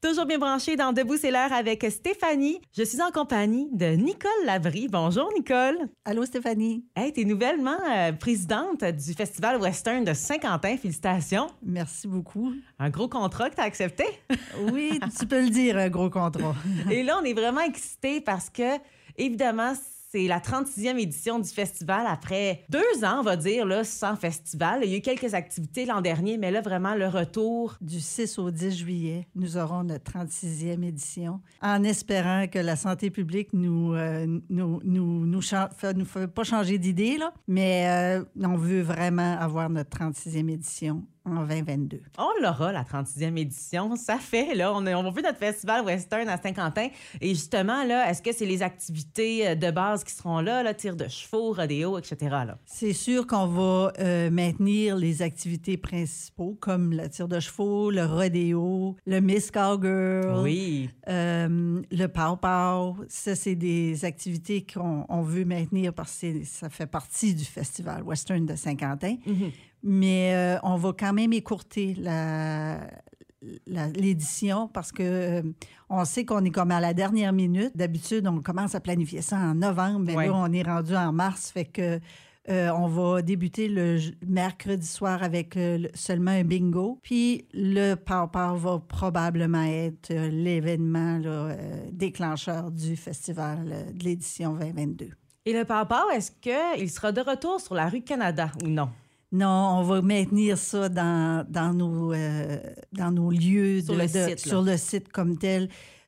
Toujours bien branché dans Debout, c'est l'heure avec Stéphanie. Je suis en compagnie de Nicole Labrie. Bonjour, Nicole. Allô, Stéphanie. Hey, t'es nouvellement présidente du Festival Western de Saint-Quentin. Félicitations. Merci beaucoup. Un gros contrat que t'as accepté. Oui, tu peux le dire, un gros contrat. Et là, on est vraiment excités parce que, évidemment, c'est la 36e édition du festival après 2 ans, on va dire, là, sans festival. Il y a eu quelques activités l'an dernier, mais là, vraiment, le retour. Du 6 au 10 juillet, nous aurons notre 36e édition, en espérant que la santé publique nous fait pas changer d'idée, là, mais on veut vraiment avoir notre 36e édition en 2022. On l'aura, la 36e édition. Ça fait, là, on a vu notre festival western à Saint-Quentin. Et justement, là, est-ce que c'est les activités de base qui seront là, tir de chevaux, rodéo, etc., là? C'est sûr qu'on va maintenir les activités principaux, comme le tir de chevaux, le rodéo, le Miss Cowgirl, oui. Le pow-pow. Ça, c'est des activités qu'on veut maintenir parce que ça fait partie du festival western de Saint-Quentin. Mm-hmm. Mais on va quand même écourter l'édition parce que on sait qu'on est comme à la dernière minute. D'habitude, on commence à planifier ça en novembre, mais là, on est rendu en mars, fait que on va débuter le mercredi soir avec seulement un bingo. Puis le pow-pow va probablement être l'événement déclencheur du festival de l'édition 2022. Et le pow-pow, est-ce qu'il sera de retour sur la rue Canada ou non? Non, on va maintenir ça dans nos lieux, sur le site comme tel.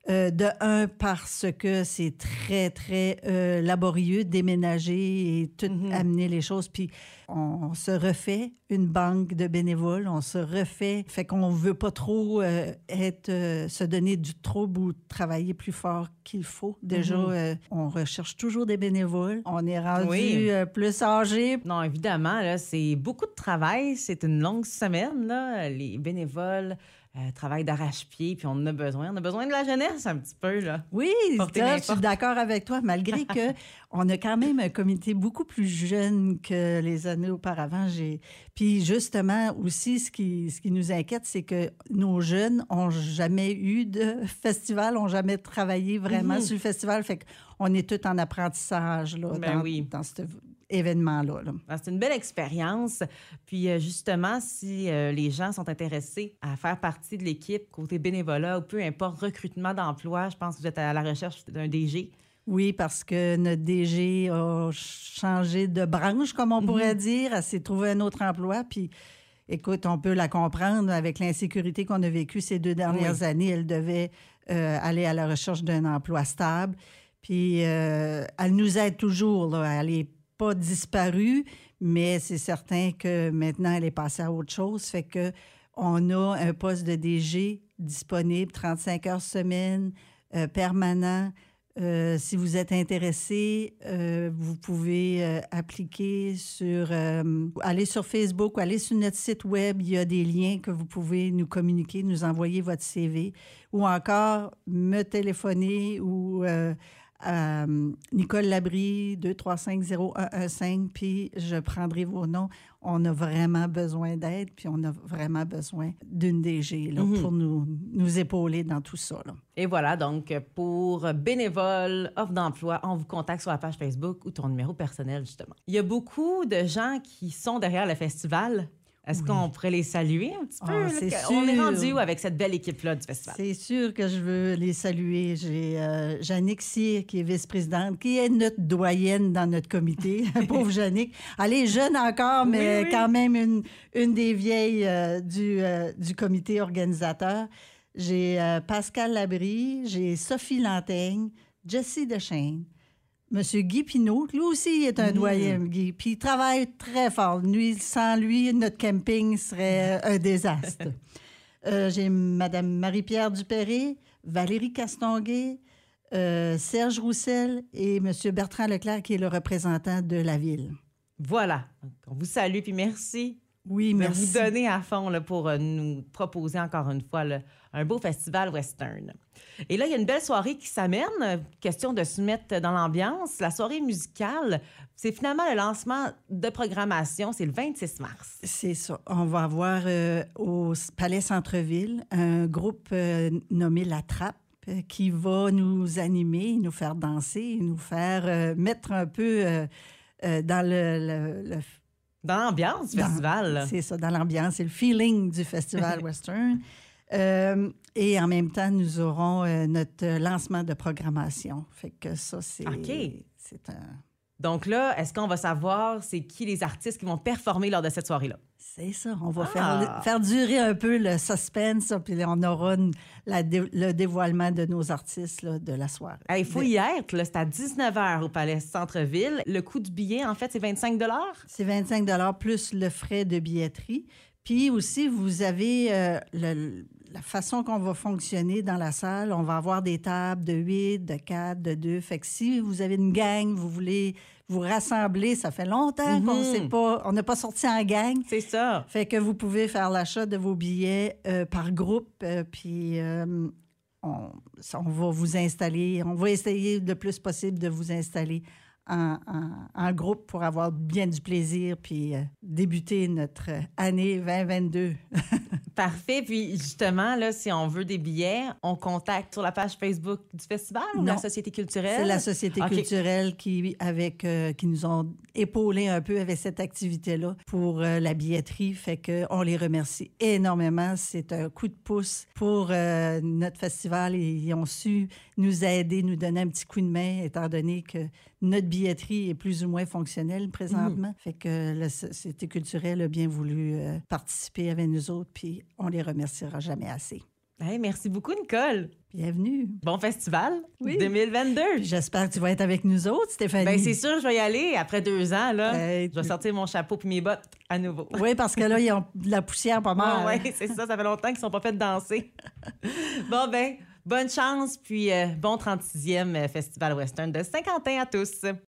Parce que c'est très, très laborieux, déménager et tout amener les choses. Puis on se refait une banque de bénévoles, on se refait. Fait qu'on veut pas trop se donner du trouble ou travailler plus fort qu'il faut. Déjà, on recherche toujours des bénévoles. On est rendu plus âgé. Non, évidemment, là, c'est beaucoup de travail. C'est une longue semaine, là. Les bénévoles travaillent d'arrache-pied, puis on en a besoin. On a besoin de la jeunesse un petit peu, là. Oui, je suis d'accord avec toi, malgré qu'on a quand même un comité beaucoup plus jeune que les années auparavant. Puis justement, aussi, ce qui nous inquiète, c'est que nos jeunes n'ont jamais eu de festival, n'ont jamais travaillé vraiment sur le festival. Fait qu'on est tous en apprentissage là, dans cet événement-là. Là. C'est une belle expérience. Puis justement, si les gens sont intéressés à faire partie de l'équipe côté bénévolat ou peu importe, recrutement d'emploi, je pense que vous êtes à la recherche d'un DG. Oui, parce que notre DG a changé de branche, comme on pourrait dire. Elle s'est trouvée un autre emploi. Puis, écoute, on peut la comprendre avec l'insécurité qu'on a vécue ces 2 dernières années. Elle devait aller à la recherche d'un emploi stable. Puis, elle nous aide toujours. Là. Elle n'est pas disparue, mais c'est certain que maintenant, elle est passée à autre chose. Fait que on a un poste de DG disponible 35 heures semaine, permanent. Si vous êtes intéressé, vous pouvez appliquer aller sur Facebook ou aller sur notre site web. Il y a des liens que vous pouvez nous communiquer, nous envoyer votre CV ou encore me téléphoner ou Nicole Labrie, 235-0115, puis je prendrai vos noms. On a vraiment besoin d'aide, puis on a vraiment besoin d'une DG là, pour nous épauler dans tout ça. Là. Et voilà, donc pour bénévoles, offre d'emploi, on vous contacte sur la page Facebook ou ton numéro personnel, justement. Il y a beaucoup de gens qui sont derrière le festival. Est-ce qu'on pourrait les saluer un petit peu? C'est sûr. On est rendu où avec cette belle équipe-là du festival? C'est sûr que je veux les saluer. J'ai Jannick Cyr, qui est vice-présidente, qui est notre doyenne dans notre comité. Pauvre Jannick. Elle est jeune encore, mais quand même une des vieilles du comité organisateur. J'ai Pascal Labrie, j'ai Sophie Lantaigne, Jessie Dechaine, Monsieur Guy Pinault, lui aussi est un doyen, Guy, puis il travaille très fort. Sans lui, notre camping serait un désastre. J'ai Mme Marie-Pierre Dupéré, Valérie Castonguay, Serge Roussel et M. Bertrand Leclerc, qui est le représentant de la ville. Voilà. On vous salue, puis merci. Oui, de merci. vous donner à fond là, pour nous proposer encore une fois là, un beau festival western. Et là, il y a une belle soirée qui s'amène. Question de se mettre dans l'ambiance. La soirée musicale, c'est finalement le lancement de programmation. C'est le 26 mars. C'est ça. On va avoir au Palais Centre-Ville un groupe nommé La Trappe qui va nous animer, nous faire danser, nous faire mettre un peu dans Dans l'ambiance du festival. C'est ça, dans l'ambiance. C'est le feeling du festival western. Et en même temps, nous aurons notre lancement de programmation. Fait que ça, c'est... OK. C'est un... Donc là, est-ce qu'on va savoir c'est qui les artistes qui vont performer lors de cette soirée-là? C'est ça. On va faire durer un peu le suspense, puis on aura le dévoilement de nos artistes là, de la soirée. Il faut y être. Là, c'est à 19h au Palais Centre-Ville. Le coût du billet, en fait, c'est 25 $. C'est 25 plus le frais de billetterie. Puis aussi, vous avez la façon qu'on va fonctionner dans la salle. On va avoir des tables de 8, de 4, de 2. Fait que si vous avez une gang, vous voulez vous rassembler, ça fait longtemps qu'on n'a pas sorti en gang. C'est ça. Fait que vous pouvez faire l'achat de vos billets par groupe. Puis on va vous installer. On va essayer le plus possible de vous installer en groupe pour avoir bien du plaisir puis débuter notre année 2022. Parfait. Puis justement, là, si on veut des billets, on contacte sur la page Facebook du festival ou la Société culturelle? C'est la Société culturelle qui nous ont épaulés un peu avec cette activité-là pour la billetterie. Fait qu'on les remercie énormément. C'est un coup de pouce pour notre festival. Ils ont su nous aider, nous donner un petit coup de main, étant donné que notre billetterie est plus ou moins fonctionnelle présentement. Fait que la Société culturelle a bien voulu participer avec nous autres, puis on les remerciera jamais assez. Hey, merci beaucoup, Nicole. Bienvenue. Bon festival 2022. Puis j'espère que tu vas être avec nous autres, Stéphanie. Bien, c'est sûr, je vais y aller. Après 2 ans, là, Hey, je vais sortir mon chapeau puis mes bottes à nouveau. Oui, parce que là, ils ont de la poussière pas mal. Oui, c'est ça. Ça fait longtemps qu'ils ne sont pas fait danser. Bon, ben, bonne chance, puis bon 36e Festival Western de Saint-Quentin à tous.